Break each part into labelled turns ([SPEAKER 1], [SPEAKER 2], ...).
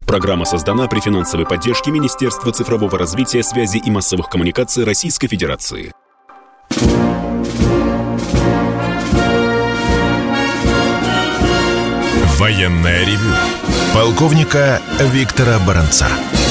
[SPEAKER 1] Программа создана при финансовой поддержке Министерства цифрового развития, связи и массовых коммуникаций Российской Федерации.
[SPEAKER 2] Военное ревю полковника Виктора Баранца.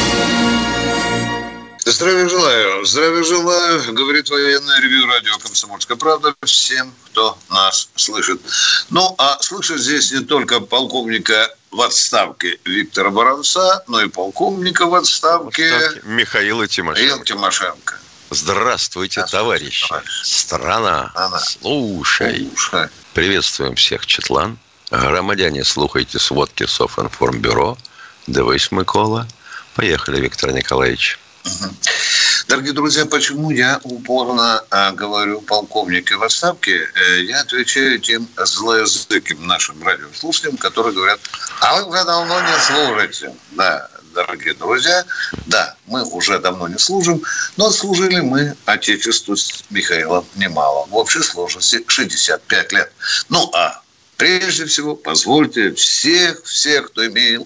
[SPEAKER 3] Здравия желаю, говорит военное ревью радио «Комсомольская правда» всем, кто нас слышит. Ну, а слышит здесь не только полковника в отставке Виктора Баранца, но и полковника в отставке
[SPEAKER 4] Михаила
[SPEAKER 3] Тимошенко.
[SPEAKER 4] Здравствуйте, товарищи. Страна, слушай. Приветствуем всех, Четлан. Громадяне, слухайте сводки Софинформбюро. Дивись, Микола. Поехали, Виктор Николаевич.
[SPEAKER 3] Дорогие друзья, почему я упорно говорю полковники в отставке? Я отвечаю тем злоязыким нашим радиослушателям, которые говорят: а вы уже давно не служите. Да, дорогие друзья, да, мы уже давно не служим, но служили мы Отечеству с Михаилом немало. В общей сложности 65 лет. Ну, а прежде всего, позвольте всех, кто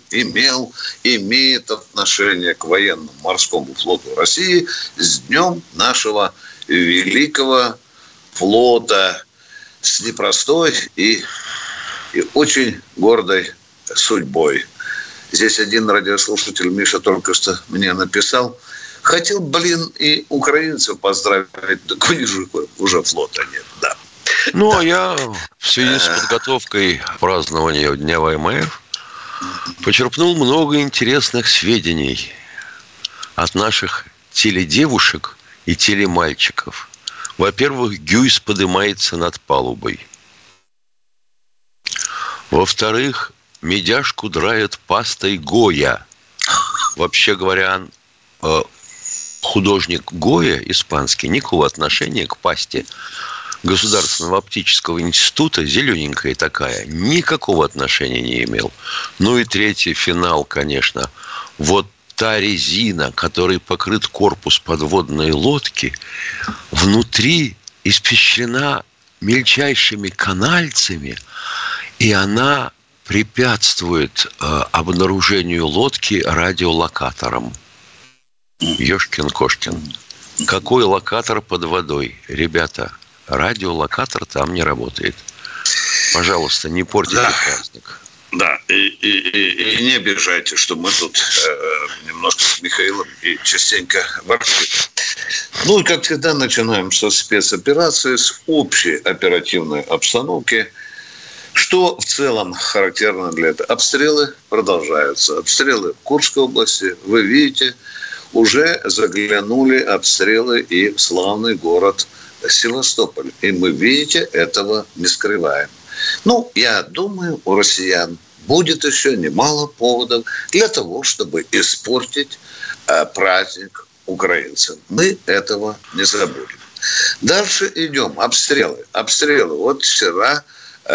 [SPEAKER 3] имеет отношение к военно-морскому флоту России с днем нашего великого флота с непростой и очень гордой судьбой. Здесь один радиослушатель, Миша, только что мне написал: хотел, и украинцев поздравить, так у них же уже флота нет, да.
[SPEAKER 4] Ну, а я в связи с подготовкой празднования Дня ВМФ почерпнул много интересных сведений от наших теледевушек и телемальчиков. Во-первых, Гюйс поднимается над палубой. Во-вторых, медяшку драят пастой Гоя. Вообще говоря, художник Гоя, испанский, никакого отношения к пасте Государственного оптического института, зелененькая такая, никакого отношения не имел. Ну и третий, финал, конечно. Вот та резина, которой покрыт корпус подводной лодки, внутри испещрена мельчайшими канальцами, и она препятствует обнаружению лодки радиолокатором. Ёшкин-кошкин. Какой локатор под водой? Ребята, радиолокатор там не работает. Пожалуйста, не портите праздник.
[SPEAKER 3] Да, и не обижайте, что мы тут немножко с Михаилом и частенько ворчим. Ну, и как всегда, начинаем со спецоперации, с общей оперативной обстановки. Что в целом характерно для этого? Обстрелы продолжаются. Обстрелы в Курской области. Вы видите, уже заглянули обстрелы и в славный город Севастополь. И мы, видите, этого не скрываем. Ну, я думаю, у россиян будет еще немало поводов для того, чтобы испортить праздник украинцам. Мы этого не забудем. Дальше идем. Обстрелы. Вот вчера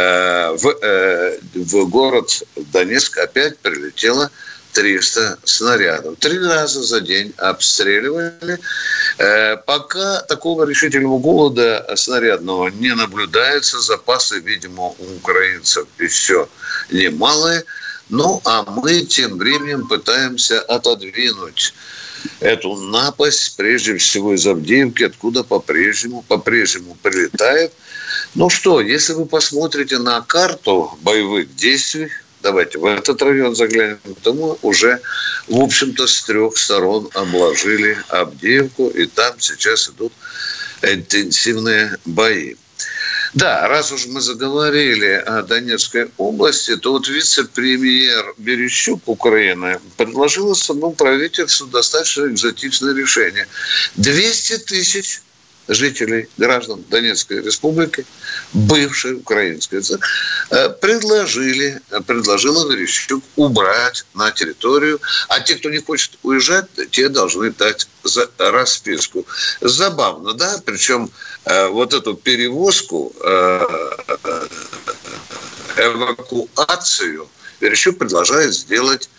[SPEAKER 3] в город Донецк опять прилетело 300 снарядов. 3 раза за день обстреливали. Пока такого решительного голода снарядного не наблюдается. Запасы, видимо, у украинцев еще немалые. Ну, а мы тем временем пытаемся отодвинуть эту напасть, прежде всего из Авдеевки, откуда по-прежнему прилетает. Ну что, если вы посмотрите на карту боевых действий, давайте в этот район заглянем, то мы уже, в общем-то, с 3 сторон обложили Авдеевку, и там сейчас идут интенсивные бои. Да, раз уж мы заговорили о Донецкой области, то вот вице-премьер Берещук Украины предложила самому правительству достаточно экзотичное решение. 200 тысяч жителей, граждан Донецкой республики, бывшей украинской, предложила Верещук убрать на территорию, а те, кто не хочет уезжать, те должны дать расписку. Забавно, да? Причем вот эту перевозку, эвакуацию Верещук предлагает сделать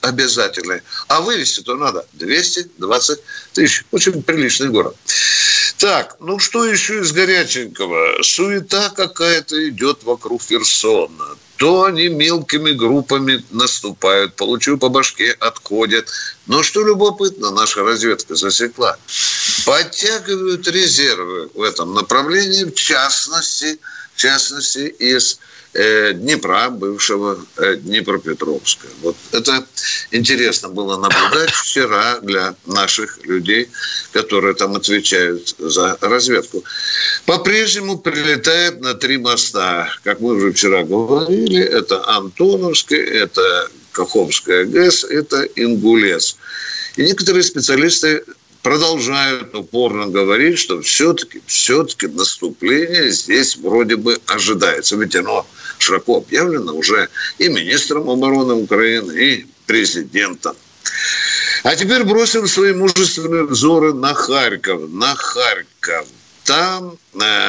[SPEAKER 3] обязательной. А вывести-то надо 220 тысяч. Очень приличный город. Так, ну что еще из горяченького? Суета какая-то идет вокруг Херсона. То они мелкими группами наступают, получу по башке, отходят. Но что любопытно, наша разведка засекла. Подтягивают резервы в этом направлении, в частности из Днепра, бывшего Днепропетровска. Вот это интересно было наблюдать вчера для наших людей, которые там отвечают за разведку. По-прежнему прилетает на 3 моста. Как мы уже вчера говорили, это Антоновская, это Каховская ГЭС, это Ингулец. И некоторые специалисты продолжают упорно говорить, что все-таки наступление здесь вроде бы ожидается. Ведь оно широко объявлено уже и министром обороны Украины, и президентом. А теперь бросим свои мужественные взоры на Харьков. Там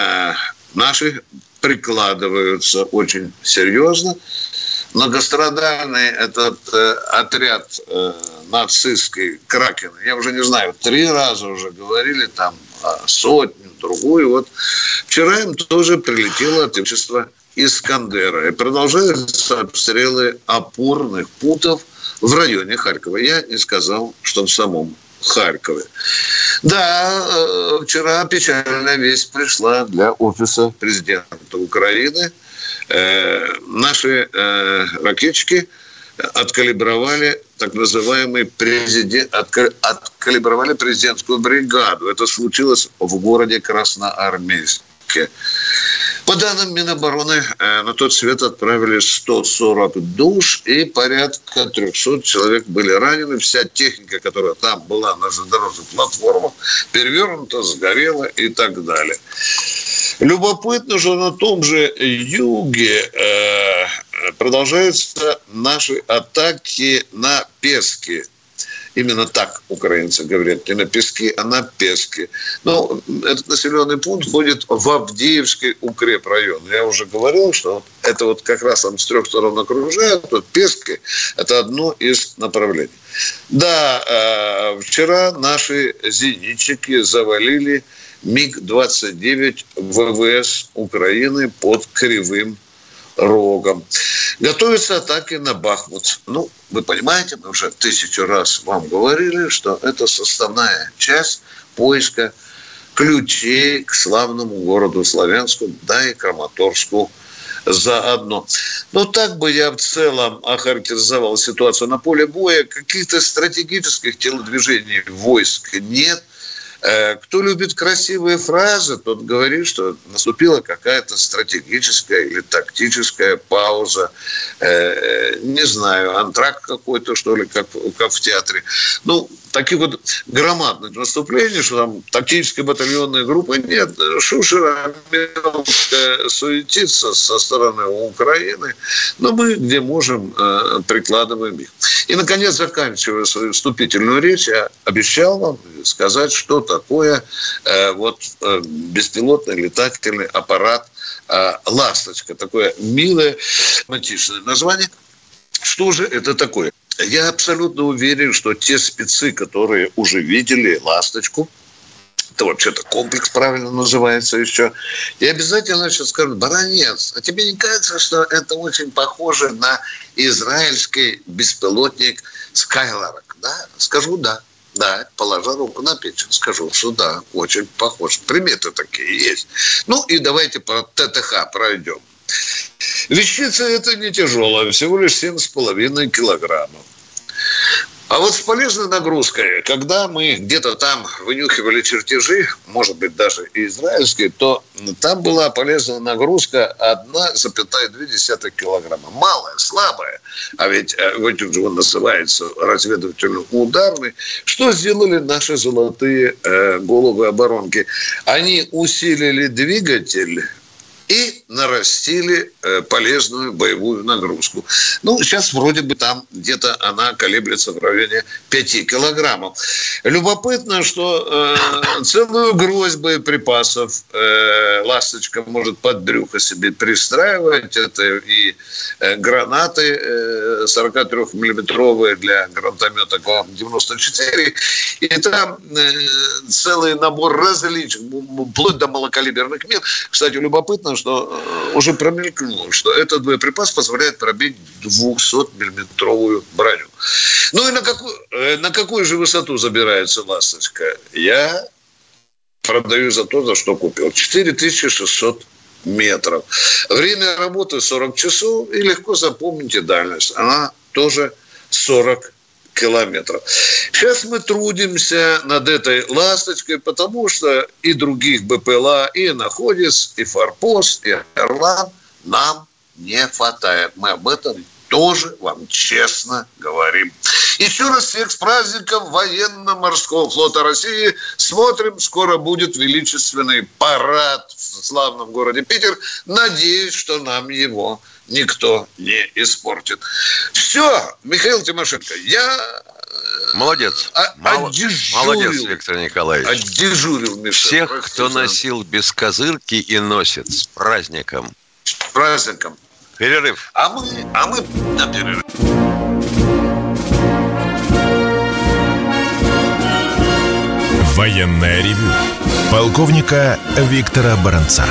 [SPEAKER 3] наши прикладываются очень серьезно. Многострадальный этот отряд нацистский Кракен, я уже не знаю, 3 раза уже говорили, там сотню, другую. Вот вчера им тоже прилетело от имущества Искандера. И продолжаются обстрелы опорных пунктов в районе Харькова. Я не сказал, что в самом Харькове. Да, вчера печальная весть пришла для офиса президента Украины. Наши ракетчики откалибровали так называемый откалибровали президентскую бригаду. Это случилось в городе Красноармейске. По данным Минобороны, на тот свет отправили 140 душ, и порядка 300 человек были ранены. Вся техника, которая там была на железнодорожных платформах, перевернута, сгорела и так далее. Любопытно, что на том же юге продолжаются наши атаки на Пески. Именно так украинцы говорят, не на Пески, а на Пески. Но этот населенный пункт входит в Авдеевский укрепрайон. Я уже говорил, что это вот как раз там с 3 сторон окружают. Вот Пески – это одно из направлений. Да, вчера наши зенитчики завалили МиГ-29 ВВС Украины под Кривым Рогом. Готовятся атаки на Бахмут. Ну, вы понимаете, мы уже 1000 раз вам говорили, что это составная часть поиска ключей к славному городу Славянску, да и Краматорску заодно. Но так бы я в целом охарактеризовал ситуацию на поле боя. Каких-то стратегических телодвижений войск нет. Кто любит красивые фразы, тот говорит, что наступила какая-то стратегическая или тактическая пауза. Не знаю, антракт какой-то, что ли, как в театре. Ну, такие вот громадные наступления, что там тактической батальонной группы нет. Шушера мелкая суетится со стороны Украины. Но мы, где можем, прикладываем их. И, наконец, заканчивая свою вступительную речь, я обещал вам сказать, что такое беспилотный летательный аппарат «Ласточка». Такое милое, романтичное название. Что же это такое? Я абсолютно уверен, что те спецы, которые уже видели «Ласточку», это вообще-то комплекс правильно называется еще, и обязательно сейчас скажут: Баранец, а тебе не кажется, что это очень похоже на израильский беспилотник Скайларк? Да? Скажу да. Да, положа руку на печень, скажу, что да, очень похож. Приметы такие есть. Ну и давайте по ТТХ пройдем. Вещица это не тяжелая, всего лишь 7,5 килограммов. А вот с полезной нагрузкой, когда мы где-то там вынюхивали чертежи, может быть, даже и израильские, то там была полезная нагрузка 1,2 килограмма. Малая, слабая, а ведь он называется разведывательно-ударный. Что сделали наши золотые головы-оборонки? Они усилили двигатель и нарастили полезную боевую нагрузку. Ну, сейчас вроде бы там где-то она колеблется в районе 5 килограммов. Любопытно, что целую гроздь боеприпасов «Ласточка» может под брюхо себе пристраивать. Это и гранаты 43-миллиметровые для гранатомета ГЛАМ-94. И там целый набор различных, вплоть до малокалиберных мин. Кстати, любопытно, что уже промелькнуло, что этот боеприпас позволяет пробить 200-миллиметровую броню. Ну и на какую же высоту забирается «Ласточка»? Я продаю за то, за что купил. 4600 метров. Время работы 40 часов, и легко запомните дальность. Она тоже 40 километров. Сейчас мы трудимся над этой «Ласточкой», потому что и других БПЛА, и «Находец», и «Форпост», и «Орлан» нам не хватает. Мы об этом тоже вам честно говорим. Еще раз всех с праздником Военно-Морского флота России. Смотрим, скоро будет величественный парад в славном городе Питер. Надеюсь, что нам его никто не испортит. Все, Михаил Тимошенко, я...
[SPEAKER 4] Молодец. Молодец, Виктор Николаевич.
[SPEAKER 3] Отдежурил, Миша.
[SPEAKER 4] Всех, кто носил без козырки и носит, с праздником.
[SPEAKER 3] С праздником.
[SPEAKER 4] Перерыв.
[SPEAKER 3] А мы на перерыв.
[SPEAKER 2] Военное ревю полковника Виктора Баранца.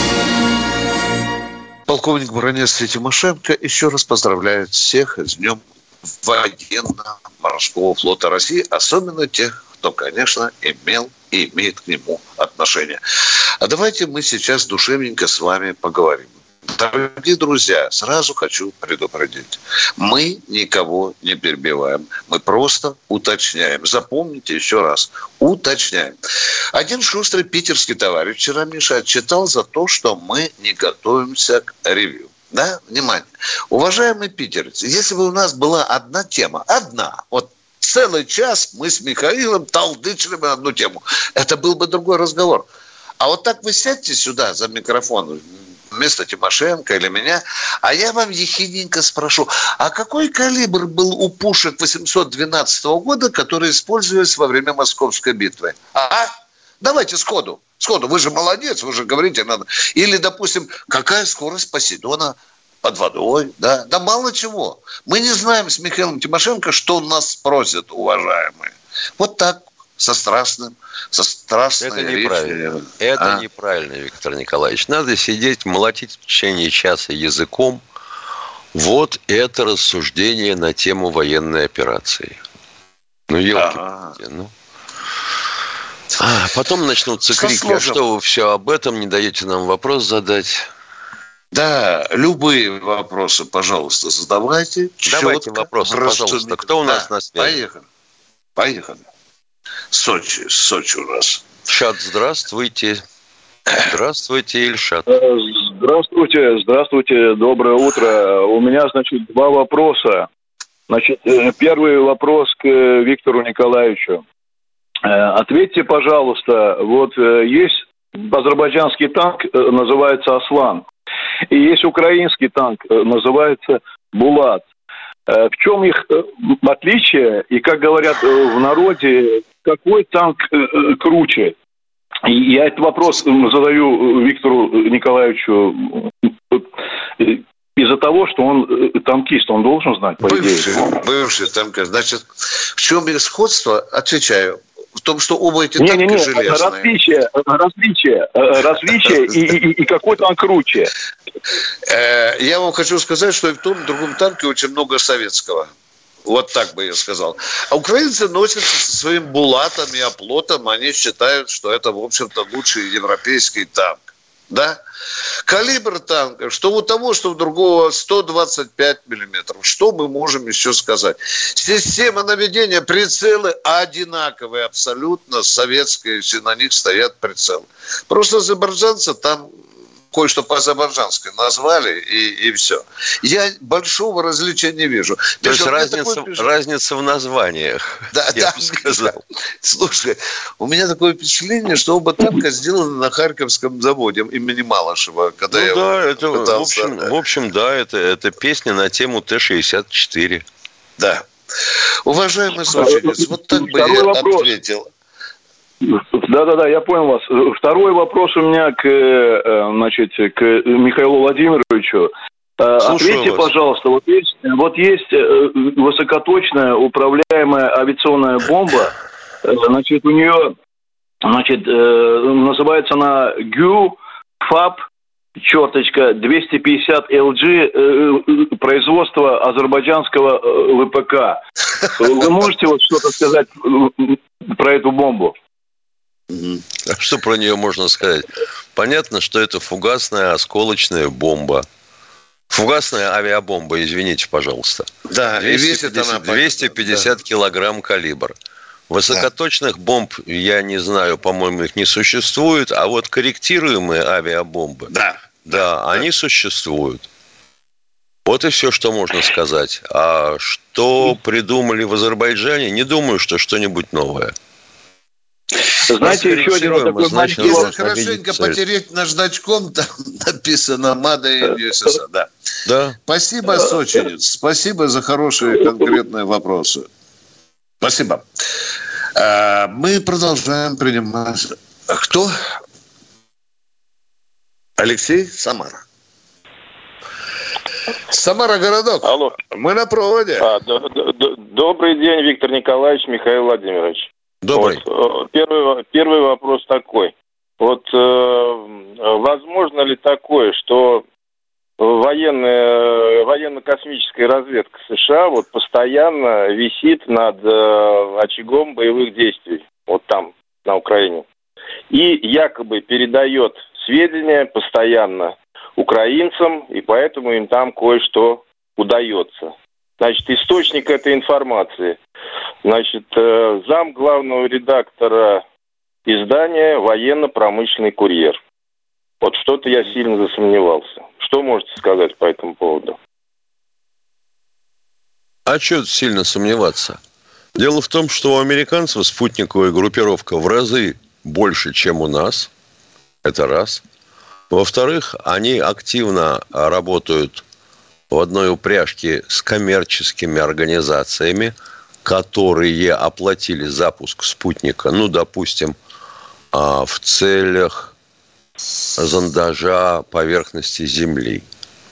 [SPEAKER 3] Полковник Баранец Тимошенко еще раз поздравляет всех с Днем Военно-Морского флота России, особенно тех, кто, конечно, имел и имеет к нему отношение. А давайте мы сейчас душевненько с вами поговорим. Дорогие друзья, сразу хочу предупредить. Мы никого не перебиваем. Мы просто уточняем. Запомните еще раз. Уточняем. Один шустрый питерский товарищ вчера, Миша, отчитал за то, что мы не готовимся к ревью. Да? Внимание. Уважаемые питерцы, если бы у нас была одна тема, вот целый час мы с Михаилом толдычили бы одну тему, это был бы другой разговор. А вот так вы сядьте сюда за микрофон вместо Тимошенко или меня, а я вам ехидненько спрошу, а какой калибр был у пушек 812 года, которые использовались во время Московской битвы? Давайте сходу. Вы же молодец, вы же говорите, надо. Или, допустим, какая скорость Посейдона под водой, да? Да мало чего. Мы не знаем с Михаилом Тимошенко, что он нас спросит, уважаемые. Вот так. Со страстной
[SPEAKER 4] Это неправильно. Это неправильно, Виктор Николаевич. Надо сидеть, молотить в течение часа языком. Вот это рассуждение на тему военной операции. Елки-палки, потом начнутся крики. А что вы все об этом не даете нам вопрос задать?
[SPEAKER 3] Да, любые вопросы, пожалуйста, задавайте.
[SPEAKER 4] Давайте вопросы, пожалуйста. Кто у нас на связи?
[SPEAKER 3] Поехали. Сочи у нас.
[SPEAKER 4] Ильшат, здравствуйте. Здравствуйте, Ильшат.
[SPEAKER 5] Здравствуйте, доброе утро. У меня, два вопроса. Первый вопрос к Виктору Николаевичу. Ответьте, пожалуйста, есть азербайджанский танк, называется «Аслан», и есть украинский танк, называется «Булат». В чем их отличие? И, как говорят в народе, какой танк круче? И я этот вопрос задаю Виктору Николаевичу из-за того, что он танкист, он должен знать, по идее.
[SPEAKER 3] Бывший танкист. В чем их сходство? Отвечаю. В том, что оба эти танки железные. Различие и какой танк круче. Я вам хочу сказать, что и в том, и в другом танке очень много советского. Вот так бы я сказал. А украинцы носятся со своим булатом и оплотом. Они считают, что это, в общем-то, лучший европейский танк. Да? Калибр танка, что у того, что у другого 125 миллиметров. Что мы можем еще сказать? Система наведения, прицелы одинаковые абсолютно, советские, все на них стоят прицелы. Просто азербайджанцы там кое-что по-азербайджански назвали, и все. Я большого различия не вижу.
[SPEAKER 4] То есть разница в названиях, я бы сказал.
[SPEAKER 3] Слушай, у меня такое впечатление, что оба танка сделаны на Харьковском заводе имени Малышева.
[SPEAKER 4] В общем, это песня на тему Т-64.
[SPEAKER 3] Да. Уважаемый сочинец, вот так бы я ответил.
[SPEAKER 5] Да, я понял вас. Второй вопрос у меня к Михаилу Владимировичу. Ответьте, пожалуйста, вот есть высокоточная управляемая авиационная бомба, значит, у нее, значит, называется она ГЮ-ФАП, черточка, 250 LG, производства азербайджанского ВПК. Вы можете вот что-то сказать про эту бомбу?
[SPEAKER 4] А что про нее можно сказать? Понятно, что это фугасная осколочная бомба. Фугасная авиабомба, извините, пожалуйста.
[SPEAKER 3] Да,
[SPEAKER 4] 250 килограмм калибр. Высокоточных бомб, я не знаю, по-моему, их не существует, а вот корректируемые авиабомбы, да, они существуют. Вот и все, что можно сказать. А что придумали в Азербайджане, не думаю, что что-нибудь новое.
[SPEAKER 5] Знаете, еще один такой
[SPEAKER 3] маленький... Если хорошенько потереть наждачком, там написано «Made in USSR». Да. Спасибо, сочинец. Спасибо за хорошие конкретные вопросы. Спасибо. Мы продолжаем принимать... Кто? Алексей, Самара. Самара, городок.
[SPEAKER 6] Алло.
[SPEAKER 3] Мы на проводе.
[SPEAKER 6] Добрый день, Виктор Николаевич, Михаил Владимирович.
[SPEAKER 3] Добрый.
[SPEAKER 6] Вот, первый вопрос такой. Вот возможно ли такое, что военно-космическая разведка США вот постоянно висит над очагом боевых действий, вот там, на Украине, и якобы передает сведения постоянно украинцам, и поэтому им там кое-что удается. Значит, источник этой информации, значит, зам главного редактора издания «Военно-промышленный курьер». Вот что-то я сильно засомневался. Что можете сказать по этому поводу?
[SPEAKER 4] А что сильно сомневаться? Дело в том, что у американцев спутниковая группировка в разы больше, чем у нас. Это раз. Во-вторых, они активно работают в одной упряжке с коммерческими организациями, которые оплатили запуск спутника, ну, допустим, в целях зондажа поверхности Земли.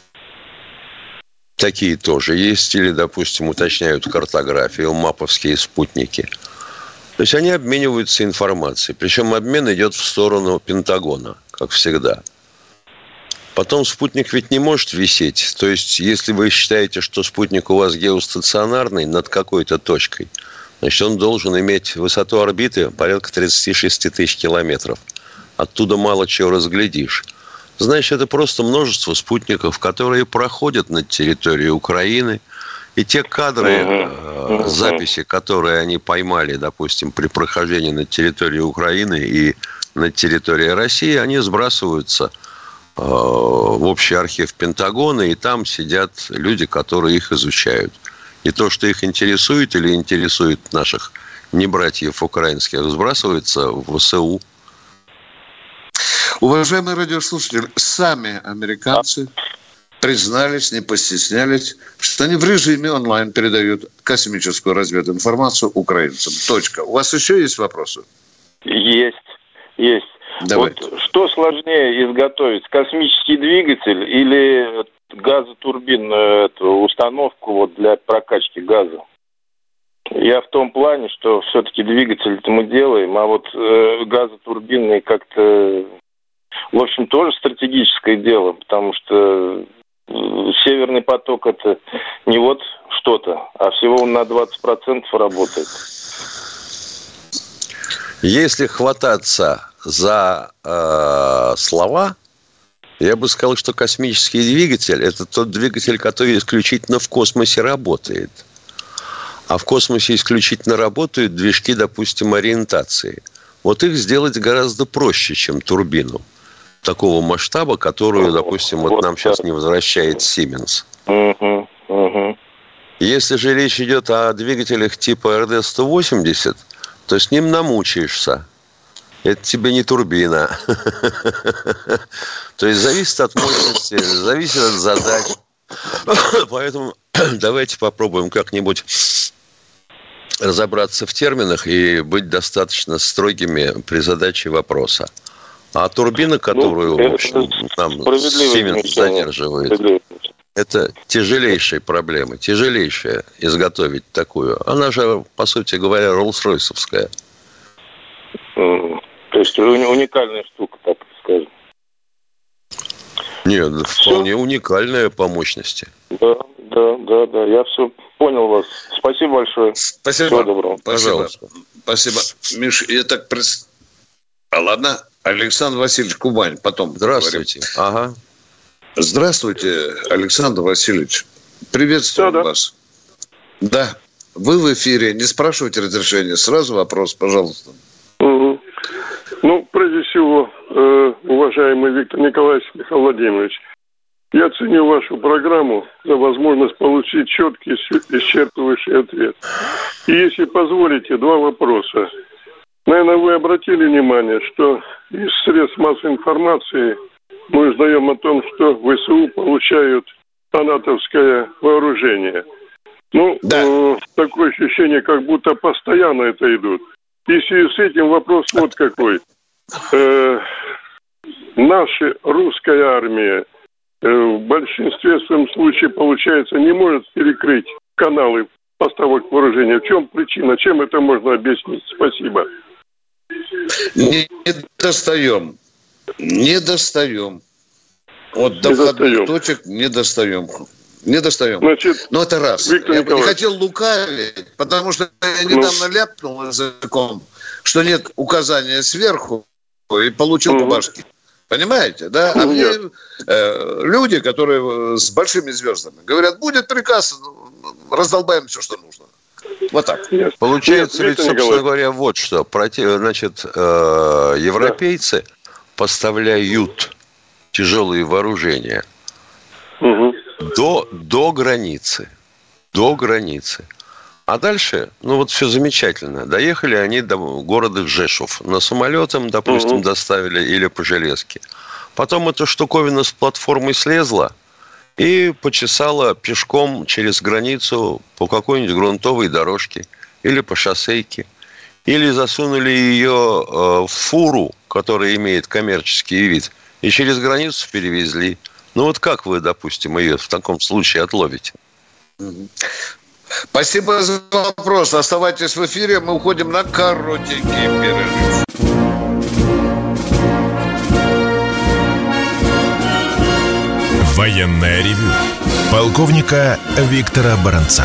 [SPEAKER 4] Такие тоже есть. Или, допустим, уточняют картографию, маповские спутники. То есть они обмениваются информацией. Причем обмен идет в сторону Пентагона, как всегда. Потом спутник ведь не может висеть. То есть, если вы считаете, что спутник у вас геостационарный над какой-то точкой, значит, он должен иметь высоту орбиты порядка 36 тысяч километров. Оттуда мало чего разглядишь. Значит, это просто множество спутников, которые проходят над территорией Украины. И те кадры, записи, которые они поймали, допустим, при прохождении над территорией Украины и над территорией России, они сбрасываются в общий архив Пентагона, и там сидят люди, которые их изучают. И то, что их интересует или интересует наших небратьев украинских, сбрасывается в ВСУ.
[SPEAKER 3] Уважаемые радиослушатели, сами американцы признались, не постеснялись, что они в режиме онлайн передают космическую развединформацию украинцам. Точка. У вас еще есть вопросы?
[SPEAKER 6] Есть.
[SPEAKER 3] Давайте.
[SPEAKER 6] Вот что сложнее изготовить, космический двигатель или газотурбинную установку вот для прокачки газа? Я в том плане, что все-таки двигатель-то мы делаем, а вот газотурбинные как-то, в общем, тоже стратегическое дело, потому что Северный поток – это не вот что-то, а всего он на 20% работает.
[SPEAKER 4] Если хвататься за слова, я бы сказал, что космический двигатель – это тот двигатель, который исключительно в космосе работает. А в космосе исключительно работают движки, допустим, ориентации. Вот их сделать гораздо проще, чем турбину такого масштаба, которую, допустим, вот нам сейчас не возвращает Siemens. Если же речь идет о двигателях типа РД-180, то с ним намучаешься. Это тебе не турбина. То есть зависит от мощности, зависит от задач. Поэтому давайте попробуем как-нибудь разобраться в терминах и быть достаточно строгими при задаче вопроса. А турбина, которую, в общем, нам Siemens задерживает, это тяжелейшая проблема, тяжелейшая изготовить такую. Она же, по сути говоря, роллс-ройсовская.
[SPEAKER 6] То есть уникальная штука, так скажем.
[SPEAKER 4] Нет, вполне уникальная по мощности.
[SPEAKER 6] Да, я все понял вас. Спасибо большое.
[SPEAKER 3] Спасибо.
[SPEAKER 6] Всего доброго.
[SPEAKER 3] Пожалуйста. Спасибо. Миш, я так... Ладно, Александр Васильевич, Кубань, потом.
[SPEAKER 4] Здравствуйте.
[SPEAKER 3] Ага. Здравствуйте, Александр Васильевич. Приветствую вас. Да, вы в эфире. Не спрашивайте разрешения. Сразу вопрос, пожалуйста.
[SPEAKER 7] Угу. Ну, прежде всего, уважаемый Виктор Николаевич, Михаил Владимирович, я ценю вашу программу за возможность получить четкий, исчерпывающий ответ. И если позволите, два вопроса. Наверное, вы обратили внимание, что из средств массовой информации мы узнаем о том, что ВСУ получают натовское вооружение. Ну, да. Такое ощущение, как будто постоянно это идут. И в связи с этим вопрос вот какой. Наша русская армия в большинстве своем случае, получается, не может перекрыть каналы поставок вооружения. В чем причина? Чем это можно объяснить? Спасибо.
[SPEAKER 3] Не достаем. Вот до входных точек не достаем. Значит, но это раз.
[SPEAKER 7] Виктор
[SPEAKER 3] я
[SPEAKER 7] Николаевич.
[SPEAKER 3] не хотел лукавить, потому что я недавно ляпнул языком, что нет указания сверху, и получил по башке. Понимаете, да? А мне люди, которые с большими звездами, говорят, будет приказ, раздолбаем все, что нужно. Вот так.
[SPEAKER 4] Получается, ведь, собственно говоря, вот что. Значит, европейцы поставляют тяжелые вооружения до границы. До границы. А дальше, ну вот все замечательно. Доехали они до города Жешув. На самолетом, допустим, доставили или по железке. Потом эта штуковина с платформы слезла и почесала пешком через границу по какой-нибудь грунтовой дорожке или по шоссейке. Или засунули ее в фуру, которая имеет коммерческий вид, и через границу перевезли. Ну вот как вы, допустим, ее в таком случае отловите?
[SPEAKER 3] Спасибо за вопрос. Оставайтесь в эфире. Мы уходим на коротенький перерыв.
[SPEAKER 2] Военное ревю полковника Виктора Баранца.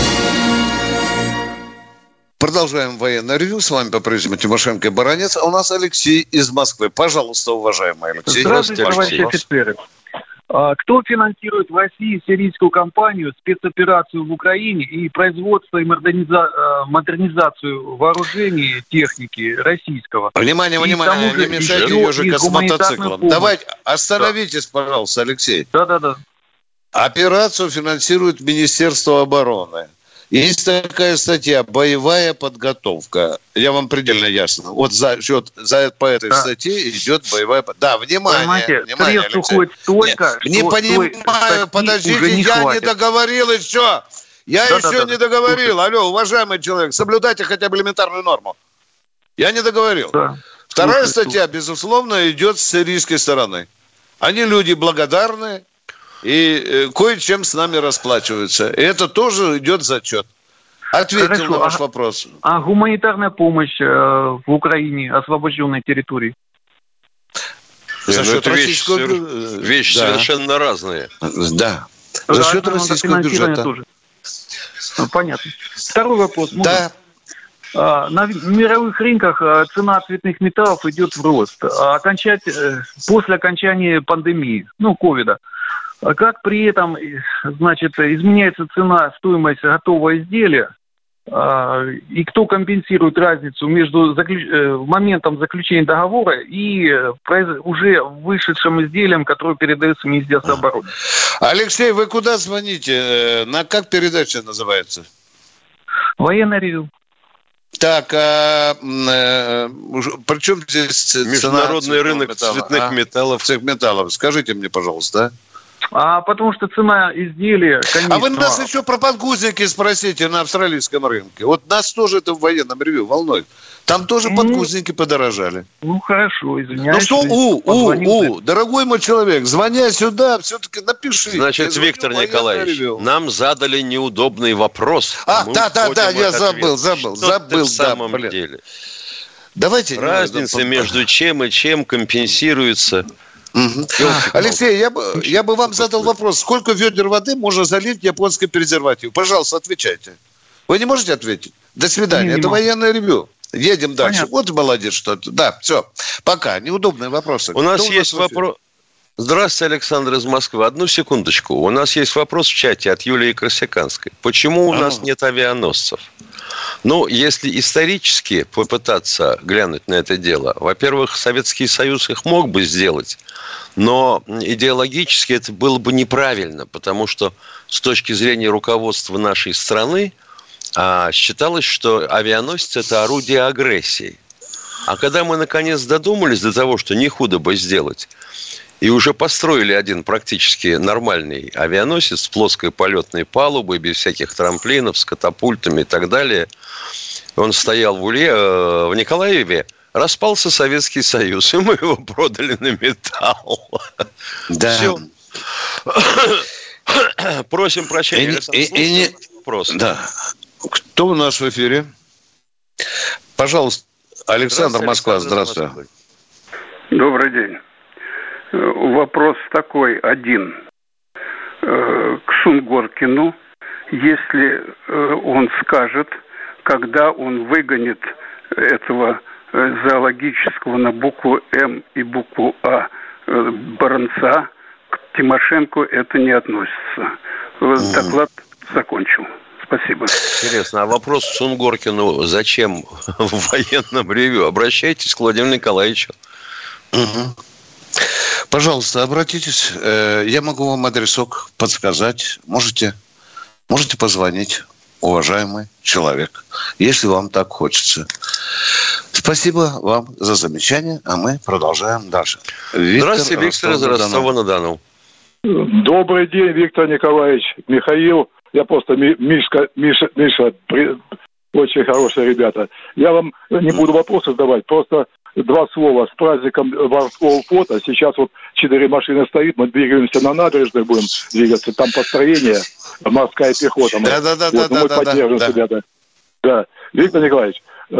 [SPEAKER 3] Продолжаем военное ревю. С вами по-прежнему Тимошенко и Баранец. А у нас Алексей из Москвы. Пожалуйста, уважаемый Алексей.
[SPEAKER 8] Здравствуйте, товарищи офицеры. Кто финансирует в России сирийскую кампанию, спецоперацию в Украине и производство и модернизацию вооружений, техники российского?
[SPEAKER 3] Внимание, не мешайте ежика с мотоциклом. Давайте, остановитесь, пожалуйста, Алексей.
[SPEAKER 8] Да.
[SPEAKER 3] Операцию финансирует Министерство обороны. Есть такая статья «Боевая подготовка». Я вам предельно ясно. Вот по этой статье идет боевая подготовка. Да, внимание,
[SPEAKER 8] средств уходит столько,
[SPEAKER 3] не понимаю, подождите, я не договорил еще. Я еще не договорил. Алло, уважаемый человек, соблюдайте хотя бы элементарную норму. Я не договорил. Да. Вторая статья, безусловно, идет с сирийской стороны. Они люди благодарные. И кое-чем с нами расплачиваются. И это тоже идет зачет. Ответил на ваш вопрос.
[SPEAKER 8] А гуманитарная помощь в Украине, освобожденной территории?
[SPEAKER 3] За счет российского
[SPEAKER 4] бюджета. Вещи совершенно разные.
[SPEAKER 3] Да. За счет российского бюджета.
[SPEAKER 8] Тоже. Понятно. Второй вопрос.
[SPEAKER 3] Да.
[SPEAKER 8] На мировых рынках цена цветных металлов идет в рост. После окончания пандемии, ковида. Как при этом, изменяется стоимость готового изделия, и кто компенсирует разницу между моментом заключения договора и уже вышедшим изделием, которое передается Министерству обороны?
[SPEAKER 3] Алексей, вы куда звоните? Как передача называется?
[SPEAKER 8] Военное ревю.
[SPEAKER 3] Так, при чем здесь
[SPEAKER 4] международный рынок цветных металлов?
[SPEAKER 3] Цветных металлов. Скажите мне, пожалуйста.
[SPEAKER 8] Потому что цена изделия конечного...
[SPEAKER 3] А вы нас еще про подгузники спросите на австралийском рынке. Вот нас тоже это в военном ревью волнует. Там тоже подгузники подорожали.
[SPEAKER 8] Хорошо, извиняюсь.
[SPEAKER 3] Дорогой мой человек, звоня сюда, все-таки напиши.
[SPEAKER 4] Значит, Виктор Николаевич, нам задали неудобный вопрос.
[SPEAKER 3] Да, я забыл.
[SPEAKER 4] В самом деле.
[SPEAKER 3] Давайте.
[SPEAKER 4] Разница между чем и чем компенсируется.
[SPEAKER 3] Алексей, я бы вам задал вопрос. Сколько ведер воды можно залить в японский презерватив? Пожалуйста, отвечайте. Вы не можете ответить? До свидания. Это военное ревью. Едем дальше. Понятно. Вот молодец что-то. Да, все. Пока. Неудобные вопросы.
[SPEAKER 4] У нас есть вопрос. Здравствуйте, Александр из Москвы. Одну секундочку. У нас есть вопрос в чате от Юлии Корсиканской. Почему у нас нет авианосцев? Если исторически попытаться глянуть на это дело, во-первых, Советский Союз их мог бы сделать, но идеологически это было бы неправильно, потому что с точки зрения руководства нашей страны считалось, что авианосец – это орудие агрессии. А когда мы, наконец, додумались до того, что не худо бы сделать, и уже построили один практически нормальный авианосец с плоской полетной палубой, без всяких трамплинов, с катапультами и так далее. Он стоял в Николаеве, распался Советский Союз, и мы его продали на металл.
[SPEAKER 3] Да.
[SPEAKER 4] Все. Просим прощения. Вопрос.
[SPEAKER 3] Да. Кто у нас в эфире? Пожалуйста, Александр, Москва, здравствуй.
[SPEAKER 9] Добрый день. Вопрос такой один. К Сунгоркину, если он скажет, когда он выгонит этого зоологического на букву М и букву А Баранца, к Тимошенко это не относится. Доклад закончил. Спасибо.
[SPEAKER 4] Интересно, а вопрос Сунгоркину зачем в военном ревью? Обращайтесь к Владимиру Николаевичу.
[SPEAKER 3] Пожалуйста, обратитесь. Я могу вам адресок подсказать. Можете позвонить, уважаемый человек, если вам так хочется. Спасибо вам за замечание, а мы продолжаем дальше.
[SPEAKER 4] Здравствуйте, Виктор из Ростова-на-Дону.
[SPEAKER 5] Добрый день, Виктор Николаевич. Михаил. Я просто Миша, очень хорошие ребята. Я вам не буду вопросы задавать, просто два слова. С праздником морского флота. Сейчас 4 машины стоит, мы двигаемся на набережную, будем двигаться. Там построение, морская пехота. Мы поддерживаем себя. Да. Виктор Николаевич,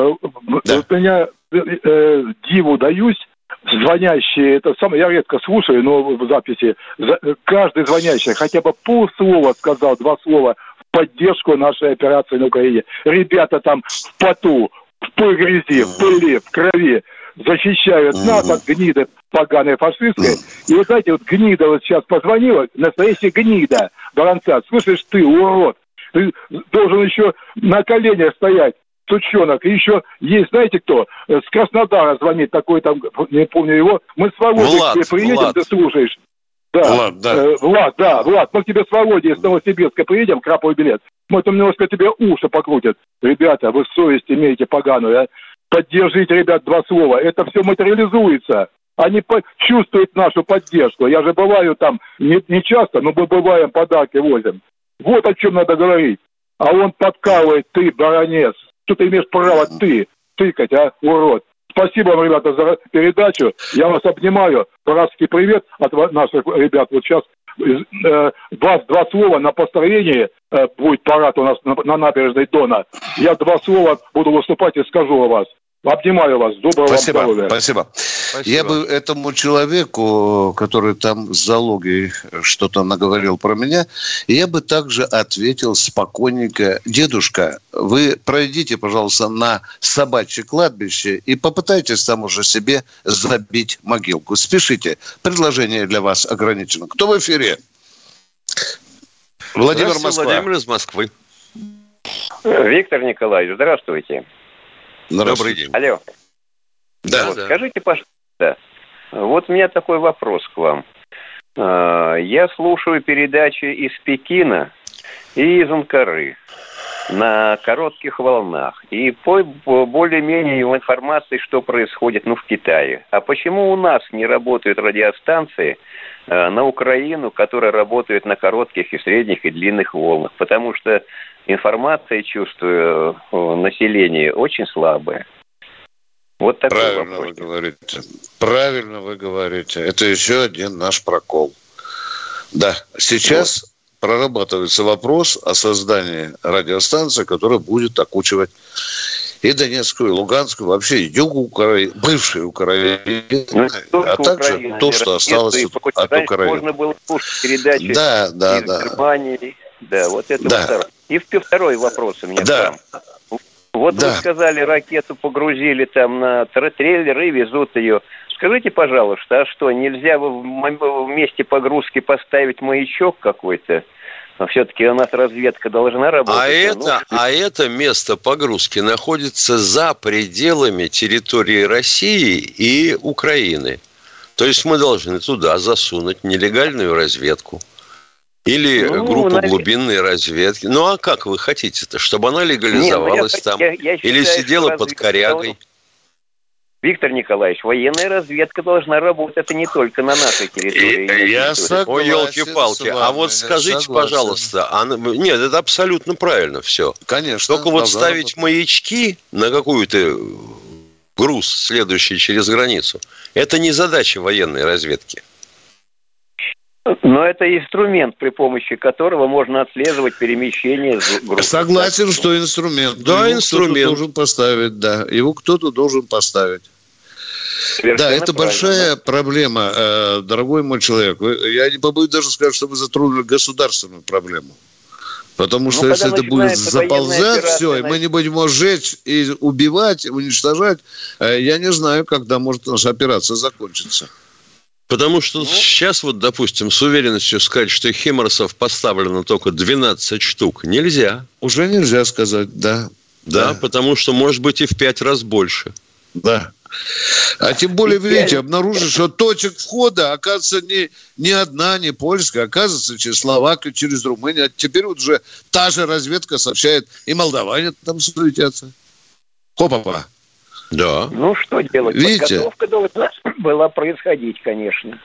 [SPEAKER 5] меня диву даюсь. Звонящие, я редко слушаю, но в записи, каждый звонящий хотя бы полслова сказал, 2 слова в поддержку нашей операции на Украине. Ребята там в поту, в грязи, в пыли, в крови защищают нас от гниды поганой фашистской. И вы знаете, гнида сейчас позвонила, настоящая гнида Баранца. Слышишь, ты, урод, ты должен еще на коленях стоять. Сучонок. И еще есть, знаете кто? С Краснодара звонит такой там, не помню его. Мы с Володей к тебе приедем, ты слушаешь. Да. Влад. Мы к тебе с Володей из Новосибирска приедем, краповый билет. Мы там немножко тебе уши покрутят. Ребята, вы совесть имеете поганую, а? Поддержите, ребят, 2 слова. Это все материализуется. Они чувствуют нашу поддержку. Я же бываю там не часто, но мы бываем, подарки возим. Вот о чем надо говорить. А он подкалывает, ты, баронец. Что ты имеешь право тыкать, урод? Спасибо вам, ребята, за передачу. Я вас обнимаю. Братский привет от наших ребят. Вот сейчас 2 слова на построении будет парад у нас на набережной Дона. Я 2 слова буду выступать и скажу о вас. Обнимаю вас. Доброго вам здоровья.
[SPEAKER 3] Спасибо. Я бы этому человеку, который там с залогой что-то наговорил про меня, я бы также ответил спокойненько: дедушка, вы пройдите, пожалуйста, на собачье кладбище и попытайтесь там уже себе забить могилку. Спешите. Предложение для вас ограничено. Кто в эфире? Владимир, Москва.
[SPEAKER 4] Владимир из Москвы.
[SPEAKER 10] Виктор Николаевич, здравствуйте.
[SPEAKER 4] Добрый день.
[SPEAKER 10] Алло.
[SPEAKER 3] Да.
[SPEAKER 10] Скажите, пожалуйста, у меня такой вопрос к вам. Я слушаю передачи из Пекина и из Анкары. на коротких волнах и по более-менее информации, что происходит, в Китае. А почему у нас не работают радиостанции на Украину, которые работают на коротких и средних и длинных волнах? Потому что информация, чувствую, населения очень слабая. Вот такой
[SPEAKER 3] Правильно
[SPEAKER 10] вопрос.
[SPEAKER 3] вы говорите. Правильно вы говорите. Это еще один наш прокол. Да, сейчас прорабатывается вопрос о создании радиостанции, которая будет окучивать и Донецкую, и Луганскую, вообще юг Украины, бывшую Украину, а также Украина, то, что осталось от Украины.
[SPEAKER 10] Можно было слушать передачи из Германии. Да, вот это второй. И второй вопрос у меня к вам. Вот вы сказали, ракету погрузили там на трейлеры и везут ее. Скажите, пожалуйста, а что, нельзя в месте погрузки поставить маячок какой-то? Все-таки у нас разведка должна работать.
[SPEAKER 4] А это место погрузки находится за пределами территории России и Украины. То есть мы должны туда засунуть нелегальную разведку. Или группу глубинной разведки. Ну, а как вы хотите-то? Чтобы она легализовалась там? Я считаю, или сидела под корягой?
[SPEAKER 10] Виктор Николаевич, военная разведка должна работать. Это не только на нашей территории.
[SPEAKER 3] Я согласен.
[SPEAKER 4] Ой, елки-палки. А вот скажите, пожалуйста. Нет, это абсолютно правильно все.
[SPEAKER 3] Конечно.
[SPEAKER 4] Только вот ставить маячки на какую-то груз, следующий через границу, это не задача военной разведки.
[SPEAKER 10] Но это инструмент, при помощи которого можно отслеживать перемещение группы.
[SPEAKER 3] Согласен, что инструмент.
[SPEAKER 4] Да,
[SPEAKER 3] его
[SPEAKER 4] инструмент.
[SPEAKER 3] Кто-то должен поставить, да. Его кто-то должен поставить.
[SPEAKER 10] Совершенно
[SPEAKER 3] это большая проблема, дорогой мой человек. Я не побоюсь даже сказать, что вы затронули государственную проблему. Потому что если это будет заползать, все, и мы не будем его сжечь и убивать, уничтожать, я не знаю, когда может наша операция закончиться.
[SPEAKER 4] Потому что сейчас, вот, допустим, с уверенностью сказать, что химарсов поставлено только 12 штук, нельзя.
[SPEAKER 3] Уже нельзя сказать, да.
[SPEAKER 4] Да, потому что, может быть, и в 5 раз больше.
[SPEAKER 3] Да. А тем более, видите, обнаружили, что точек входа, оказывается, не одна, не польская, оказывается, через Словакию, через Румынию. А теперь вот уже та же разведка сообщает, и молдаване там суетятся. Хопа-па.
[SPEAKER 4] Да.
[SPEAKER 10] Ну, что делать?
[SPEAKER 3] Видите?
[SPEAKER 10] Подготовка должна была происходить, конечно.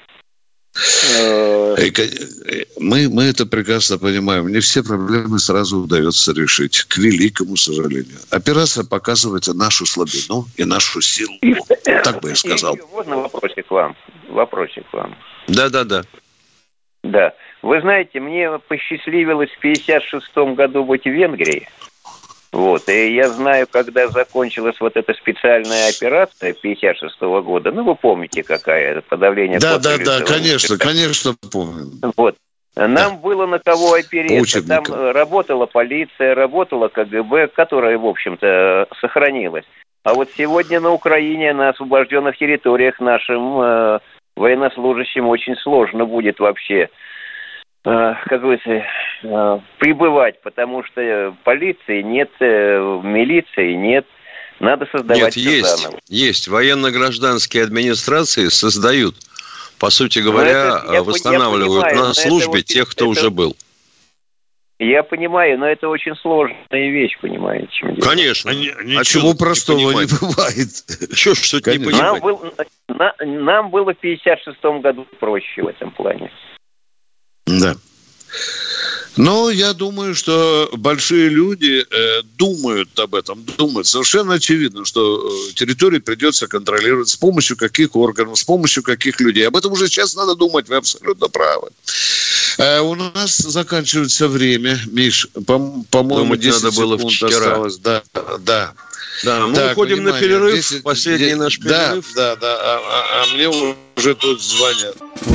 [SPEAKER 3] Мы это прекрасно понимаем. Не все проблемы сразу удается решить, к великому сожалению. Операция показывает нашу слабину и нашу силу. Так бы я сказал.
[SPEAKER 10] Можно вопросик вам?
[SPEAKER 4] Да.
[SPEAKER 10] Да. Вы знаете, мне посчастливилось в 1956 году быть в Венгрии. Вот, и я знаю, когда закончилась вот эта специальная операция 1956 года, вы помните, какая это, подавление...
[SPEAKER 3] Да, конечно, помню.
[SPEAKER 10] Вот, нам было на кого опереться, там работала полиция, работала КГБ, которая, в общем-то, сохранилась. А вот сегодня на Украине, на освобожденных территориях нашим военнослужащим очень сложно будет вообще... как говорится, прибывать, потому что полиции нет, милиции нет, надо создавать заново.
[SPEAKER 4] Есть. Военно-гражданские администрации создают, по сути говоря, восстанавливают на службе тех, кто уже был.
[SPEAKER 10] Я понимаю, но это очень сложная вещь, понимаете, чем дело.
[SPEAKER 4] Конечно.
[SPEAKER 3] Ничего простого не бывает.
[SPEAKER 4] Чего ж тут не понимать?
[SPEAKER 10] Нам было в 1956 году проще в этом плане.
[SPEAKER 3] Да. Но я думаю, что большие люди думают об этом. Совершенно очевидно, что территорию придется контролировать с помощью каких органов, с помощью каких людей. Об этом уже сейчас надо думать, вы абсолютно правы. У нас заканчивается время. Миш, по-моему, 10
[SPEAKER 4] надо было
[SPEAKER 3] секунд
[SPEAKER 4] вчера.
[SPEAKER 3] осталось. Да,
[SPEAKER 4] мы уходим на перерыв. Последний наш перерыв.
[SPEAKER 3] Да. А мне уже тут звонят.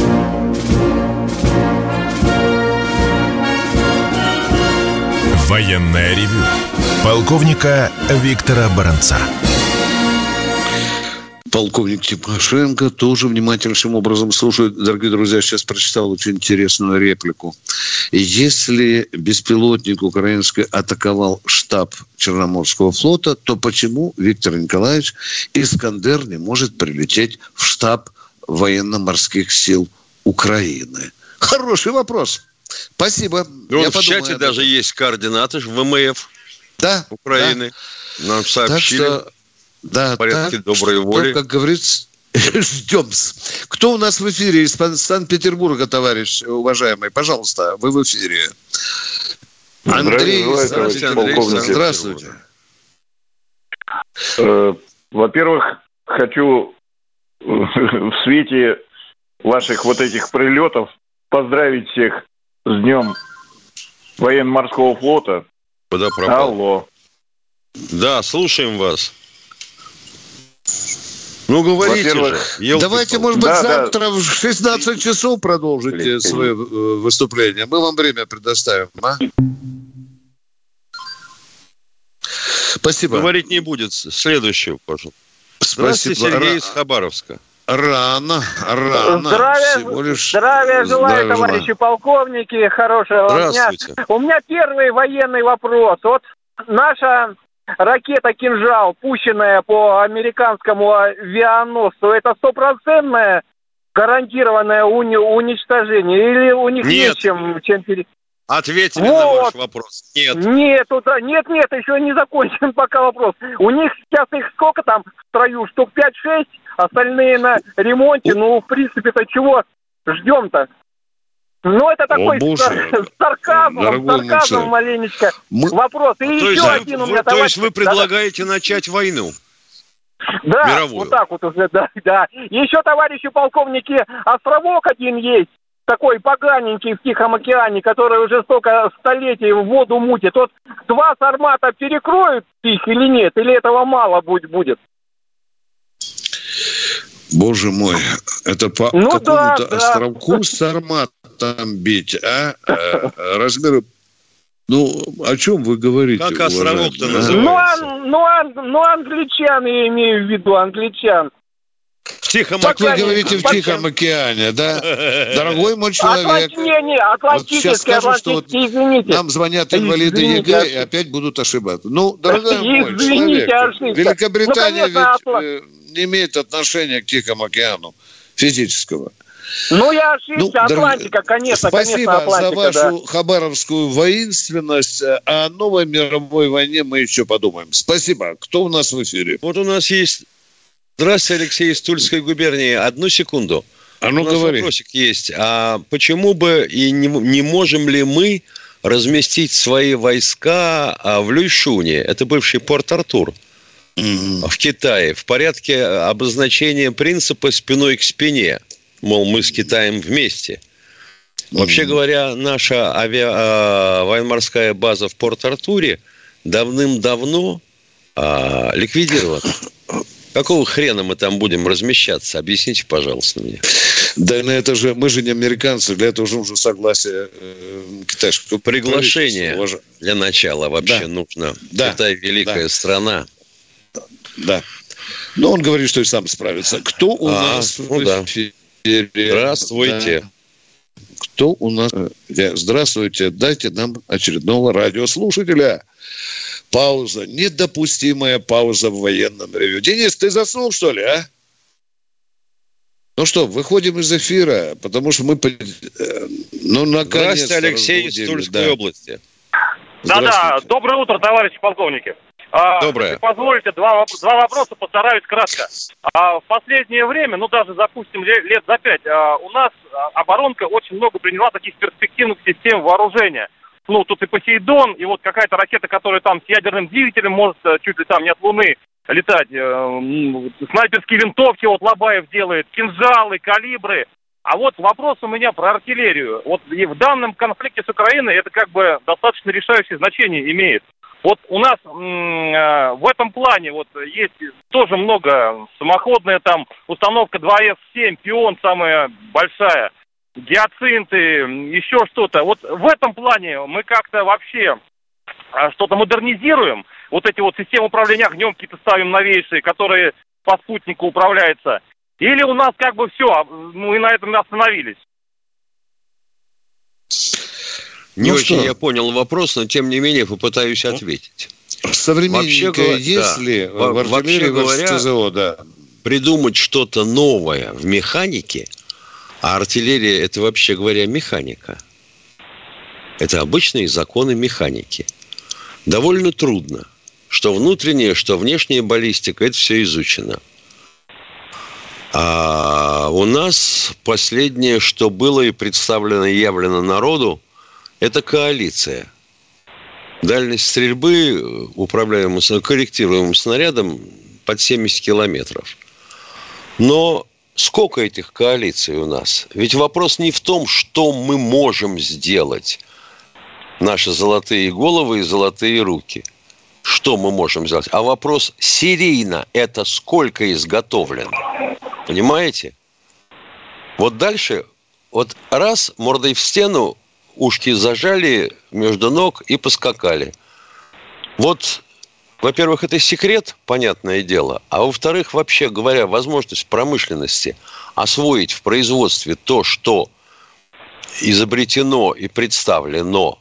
[SPEAKER 2] Военное ревю полковника Виктора Баранца.
[SPEAKER 3] Полковник Тимошенко тоже внимательнейшим образом слушает. Дорогие друзья, сейчас прочитал очень интересную реплику. Если беспилотник украинский атаковал штаб Черноморского флота, то почему, Виктор Николаевич, Искандер не может прилететь в штаб военно-морских сил Украины? Хороший вопрос. Спасибо.
[SPEAKER 4] В чате даже есть координаты ВМФ. Украины. Нам сообщили в порядке доброй воли.
[SPEAKER 11] Как говорится, ждем. Кто у нас в эфире из Санкт-Петербурга, товарищ уважаемый? Пожалуйста, вы в эфире. Андрей, здравствуйте.
[SPEAKER 5] Во-первых, хочу в свете ваших вот этих прилетов поздравить всех с Днем военно-морского флота.
[SPEAKER 4] Куда пропал?
[SPEAKER 5] Алло.
[SPEAKER 4] Да, слушаем вас. Ну, говорите же.
[SPEAKER 11] Давайте, может быть, завтра в 16 часов продолжите свое выступление. Мы вам время предоставим, а? Спасибо.
[SPEAKER 4] Говорить не будет. Следующего, пожалуйста. Здравствуйте, Сергей из Хабаровска.
[SPEAKER 11] Рано.
[SPEAKER 12] Здравия желаю, товарищи полковники. Хорошего дня. У меня первый военный вопрос. Вот наша ракета «Кинжал», пущенная по американскому авианосцу, это стопроцентное гарантированное уничтожение? Или у них нет чем перейти?
[SPEAKER 4] Ответили на ваш вопрос. Нет,
[SPEAKER 12] еще не закончен пока вопрос. У них сейчас их сколько там в строю? Штук 5-6, остальные на ремонте. Ну, в принципе-то чего ждем-то? Ну, это такой сарказм маленечко вопрос. И еще один у меня, товарищ.
[SPEAKER 4] То есть вы предлагаете начать войну?
[SPEAKER 12] Да,
[SPEAKER 4] мировую.
[SPEAKER 12] Вот так вот уже, да. Еще, товарищи полковники, островок один есть, такой поганенький в Тихом океане, который уже столько столетий в воду мутит. Вот 2 сармата перекроют их или нет? Или этого мало будет?
[SPEAKER 11] Боже мой, это по какому-то островку сарматом бить, а? Размеры... Ну, о чем вы говорите?
[SPEAKER 4] Как островок-то называется?
[SPEAKER 12] Ну, англичан, я имею в виду, англичан.
[SPEAKER 4] В Тихом
[SPEAKER 11] океане. Вы говорите, в Тихом океане, да? Дорогой мой человек.
[SPEAKER 12] Атлантический, извините.
[SPEAKER 11] Нам звонят инвалиды ЕГЭ и опять будут ошибаться. Ну, дорогой мой человек, Великобритания ведь не имеет отношения к Тихому океану физического.
[SPEAKER 12] Ну, я ошибся, Атлантика, конечно,
[SPEAKER 11] Спасибо
[SPEAKER 12] Атлантика,
[SPEAKER 11] за вашу хабаровскую воинственность. О новой мировой войне мы еще подумаем. Спасибо. Кто у нас в эфире?
[SPEAKER 4] Вот у нас есть... Здравствуйте, Алексей из Тульской губернии. Одну секунду.
[SPEAKER 11] У нас
[SPEAKER 4] говори. Вопросик есть. А почему бы и не можем ли мы разместить свои войска в Люйшуне? Это бывший Порт-Артур в Китае. В порядке обозначения принципа спиной к спине. Мол, мы с Китаем вместе. Вообще говоря, наша военно-морская база в Порт-Артуре давным-давно ликвидирована. Какого хрена мы там будем размещаться? Объясните, пожалуйста, мне.
[SPEAKER 11] Да, на это же мы же не американцы, для этого же нужно согласие китайского
[SPEAKER 4] приглашение для начала вообще нужно.
[SPEAKER 11] Да.
[SPEAKER 4] Китай великая страна.
[SPEAKER 11] Да. Но он говорит, что и сам справится. Кто у нас в эфире?
[SPEAKER 4] Здравствуйте.
[SPEAKER 11] Да. Кто у нас? Здравствуйте. Дайте нам очередного радиослушателя. Пауза. Недопустимая пауза в военном ревью. Денис, ты заснул, что ли, а? Ну что, выходим из эфира, потому что мы... наконец-то...
[SPEAKER 4] Здравствуйте, Алексей из Тульской области.
[SPEAKER 13] Да-да, доброе утро, товарищи полковники.
[SPEAKER 4] Доброе.
[SPEAKER 13] Если позволите, два вопроса, постараюсь кратко. В последнее время, даже, допустим, лет за 5, у нас оборонка очень много приняла таких перспективных систем вооружения. Тут и Посейдон, и вот какая-то ракета, которая там с ядерным двигателем может чуть ли там не от Луны летать. Снайперские винтовки Лобаев делает, кинжалы, калибры. А вот вопрос у меня про артиллерию. Вот и в данном конфликте с Украиной это как бы достаточно решающее значение имеет. Вот у нас в этом плане есть тоже много самоходная там установка 2С-7, Пион самая большая. Гиацинты, еще что-то. Вот в этом плане мы как-то вообще что-то модернизируем. Вот эти системы управления огнем какие-то ставим новейшие, которые по спутнику управляются. Или у нас как бы все, мы на этом остановились?
[SPEAKER 4] Не очень я понял вопрос, но тем не менее попытаюсь ответить.
[SPEAKER 11] Современненькое, если в артиллерии, в СЗО,
[SPEAKER 4] придумать что-то новое в механике, а артиллерия – это, вообще говоря, механика. Это обычные законы механики. довольно трудно. Что внутренняя, что внешняя баллистика, это все изучено. А у нас последнее, что было и представлено, и явлено народу, это коалиция. Дальность стрельбы, управляемым, корректируемым снарядом, под 70 километров. Но сколько этих коалиций у нас? Ведь вопрос не в том, что мы можем сделать. Наши золотые головы и золотые руки. Что мы можем сделать? А вопрос серийно, это сколько изготовлено? Понимаете? Вот дальше, вот раз, мордой в стену, ушки зажали между ног и поскакали. Вот, во-первых, это секрет, понятное дело. А во-вторых, вообще говоря, возможность промышленности освоить в производстве то, что изобретено и представлено,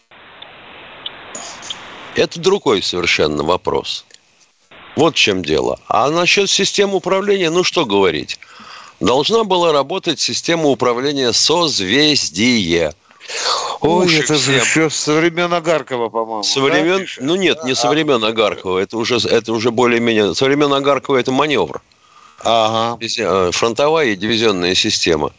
[SPEAKER 4] это другой совершенно вопрос. Вот в чем дело. А насчет системы управления, ну что говорить? Должна была работать система управления «Созвездие».
[SPEAKER 11] Ой, это же еще со времен Агаркова, по-моему.
[SPEAKER 4] Со времен, да, ну нет, не со времен Агаркова. Это уже более-менее... Со времен Агаркова это маневр.
[SPEAKER 11] Ага.
[SPEAKER 4] Фронтовая и дивизионная система.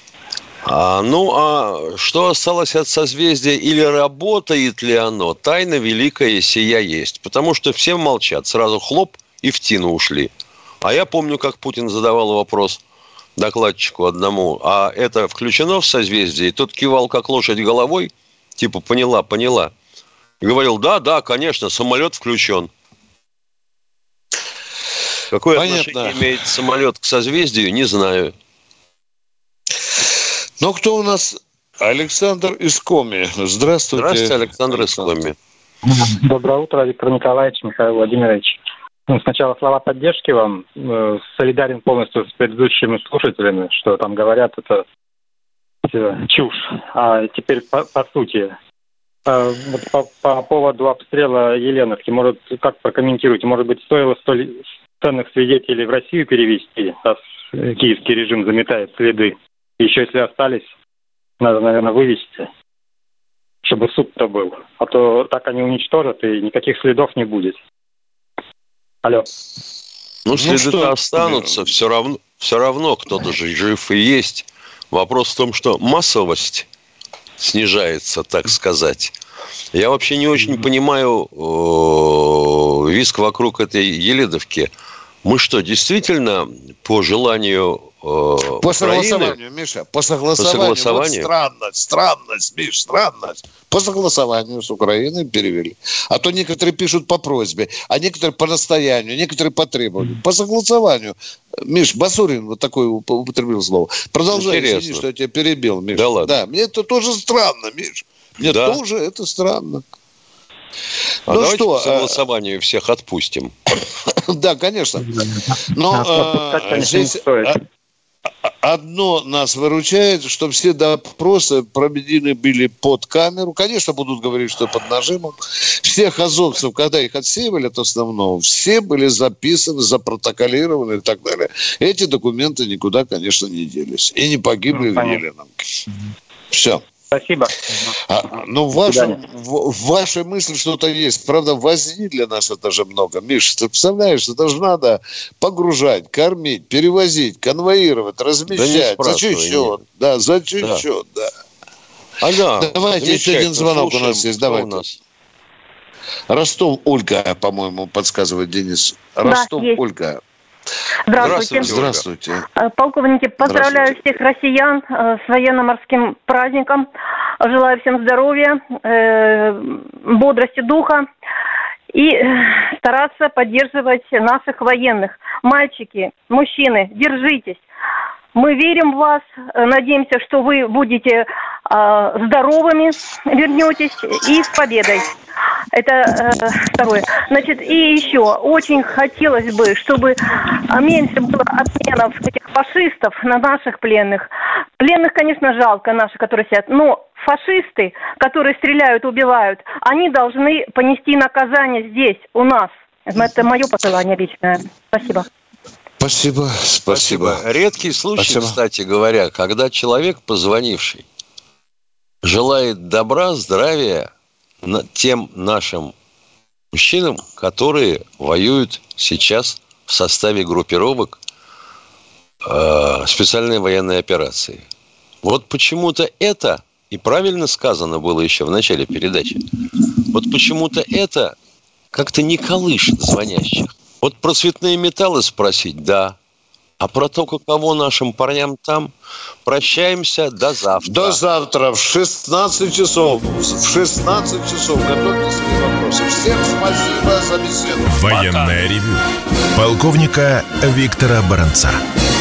[SPEAKER 4] А что осталось от созвездия или работает ли оно? Тайна великая сия есть. Потому что все молчат. Сразу хлоп и в тину ушли. А я помню, как Путин задавал вопрос докладчику одному. А это включено в созвездие? И тот кивал, как лошадь, головой. Типа, поняла. И говорил, да, конечно, самолет включен. Какое отношение имеет самолет к созвездию, не знаю.
[SPEAKER 11] Ну, кто у нас? Александр из Коми. Здравствуйте.
[SPEAKER 4] Здравствуйте, Александр из Коми.
[SPEAKER 14] Доброе утро, Виктор Николаевич, Михаил Владимирович. Сначала слова поддержки вам. Солидарен полностью с предыдущими слушателями, что там говорят, это чушь. А теперь по сути. По поводу обстрела Еленовки, может, как прокомментируете? Может быть, стоило столь ценных свидетелей в Россию перевести, раз киевский режим заметает следы? Еще если остались, надо, наверное, вывести, чтобы суд-то был. А то так они уничтожат, и никаких следов не будет. Алло.
[SPEAKER 4] Ну, следы-то останутся. Все равно кто-то же жив и есть. Вопрос в том, что массовость снижается, так сказать. Я вообще не очень понимаю виск вокруг этой Еледовки. Мы что, действительно по желанию
[SPEAKER 11] по согласованию, Миша, по согласованию. Вот странность, Миш, странность. По согласованию с Украиной перевели. А то некоторые пишут по просьбе, а некоторые по настоянию, некоторые по требованию. По согласованию. Миш, Басурин вот такое употребил слово. Продолжай, извини, что я тебя перебил, Миш.
[SPEAKER 4] Да ладно.
[SPEAKER 11] Да, мне это тоже странно, Миш. Мне тоже это странно.
[SPEAKER 4] А ну давайте что, по согласованию всех отпустим.
[SPEAKER 11] Да, конечно. Но здесь одно нас выручает, что все допросы проведены были под камеру. Конечно, будут говорить, что под нажимом. Всех азовцев, когда их отсеивали от основного, все были записаны, запротоколированы и так далее. Эти документы никуда, конечно, не делись. И не погибли в Еленовке. Все.
[SPEAKER 14] Спасибо.
[SPEAKER 11] Ну, в вашей мысли что-то есть. Правда, возни для нас это же много. Миша, ты представляешь, это же надо погружать, кормить, перевозить, конвоировать, размещать. За чей счет? Да, за чей счет, да. Давайте, еще один звонок у нас есть. Давайте. Ростов, Ольга, по-моему, подсказывает Денис. Ростов, да, Ольга.
[SPEAKER 15] Здравствуйте.
[SPEAKER 11] Здравствуйте.
[SPEAKER 15] Полковники, поздравляю всех россиян с военно-морским праздником. Желаю всем здоровья, бодрости духа и стараться поддерживать наших военных. Мальчики, мужчины, держитесь. Мы верим в вас, надеемся, что вы будете здоровыми, вернетесь и с победой. Это второе. Значит, и еще очень хотелось бы, чтобы меньше было обменов этих фашистов на наших пленных. Пленных, конечно, жалко, наши, которые сидят, но фашисты, которые стреляют, убивают, они должны понести наказание здесь, у нас. Это мое пожелание личное. Спасибо.
[SPEAKER 11] Спасибо.
[SPEAKER 4] Редкий случай, кстати говоря, когда человек, позвонивший, желает добра, здравия тем нашим Мужчинам, которые воюют сейчас в составе группировок специальной военной операции. Вот почему-то это, и правильно сказано было еще в начале передачи, вот почему-то это как-то не колышет звонящих. Вот про цветные металлы спросить, да. А про то, каково нашим парням там, прощаемся до завтра.
[SPEAKER 11] До завтра в 16 часов. В 16 часов. Готовьте свои вопросы. Всем спасибо за беседу.
[SPEAKER 2] Военное ревю полковника Виктора Баранца.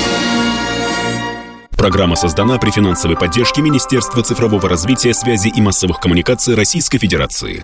[SPEAKER 1] Программа создана при финансовой поддержке Министерства цифрового развития, связи и массовых коммуникаций Российской Федерации.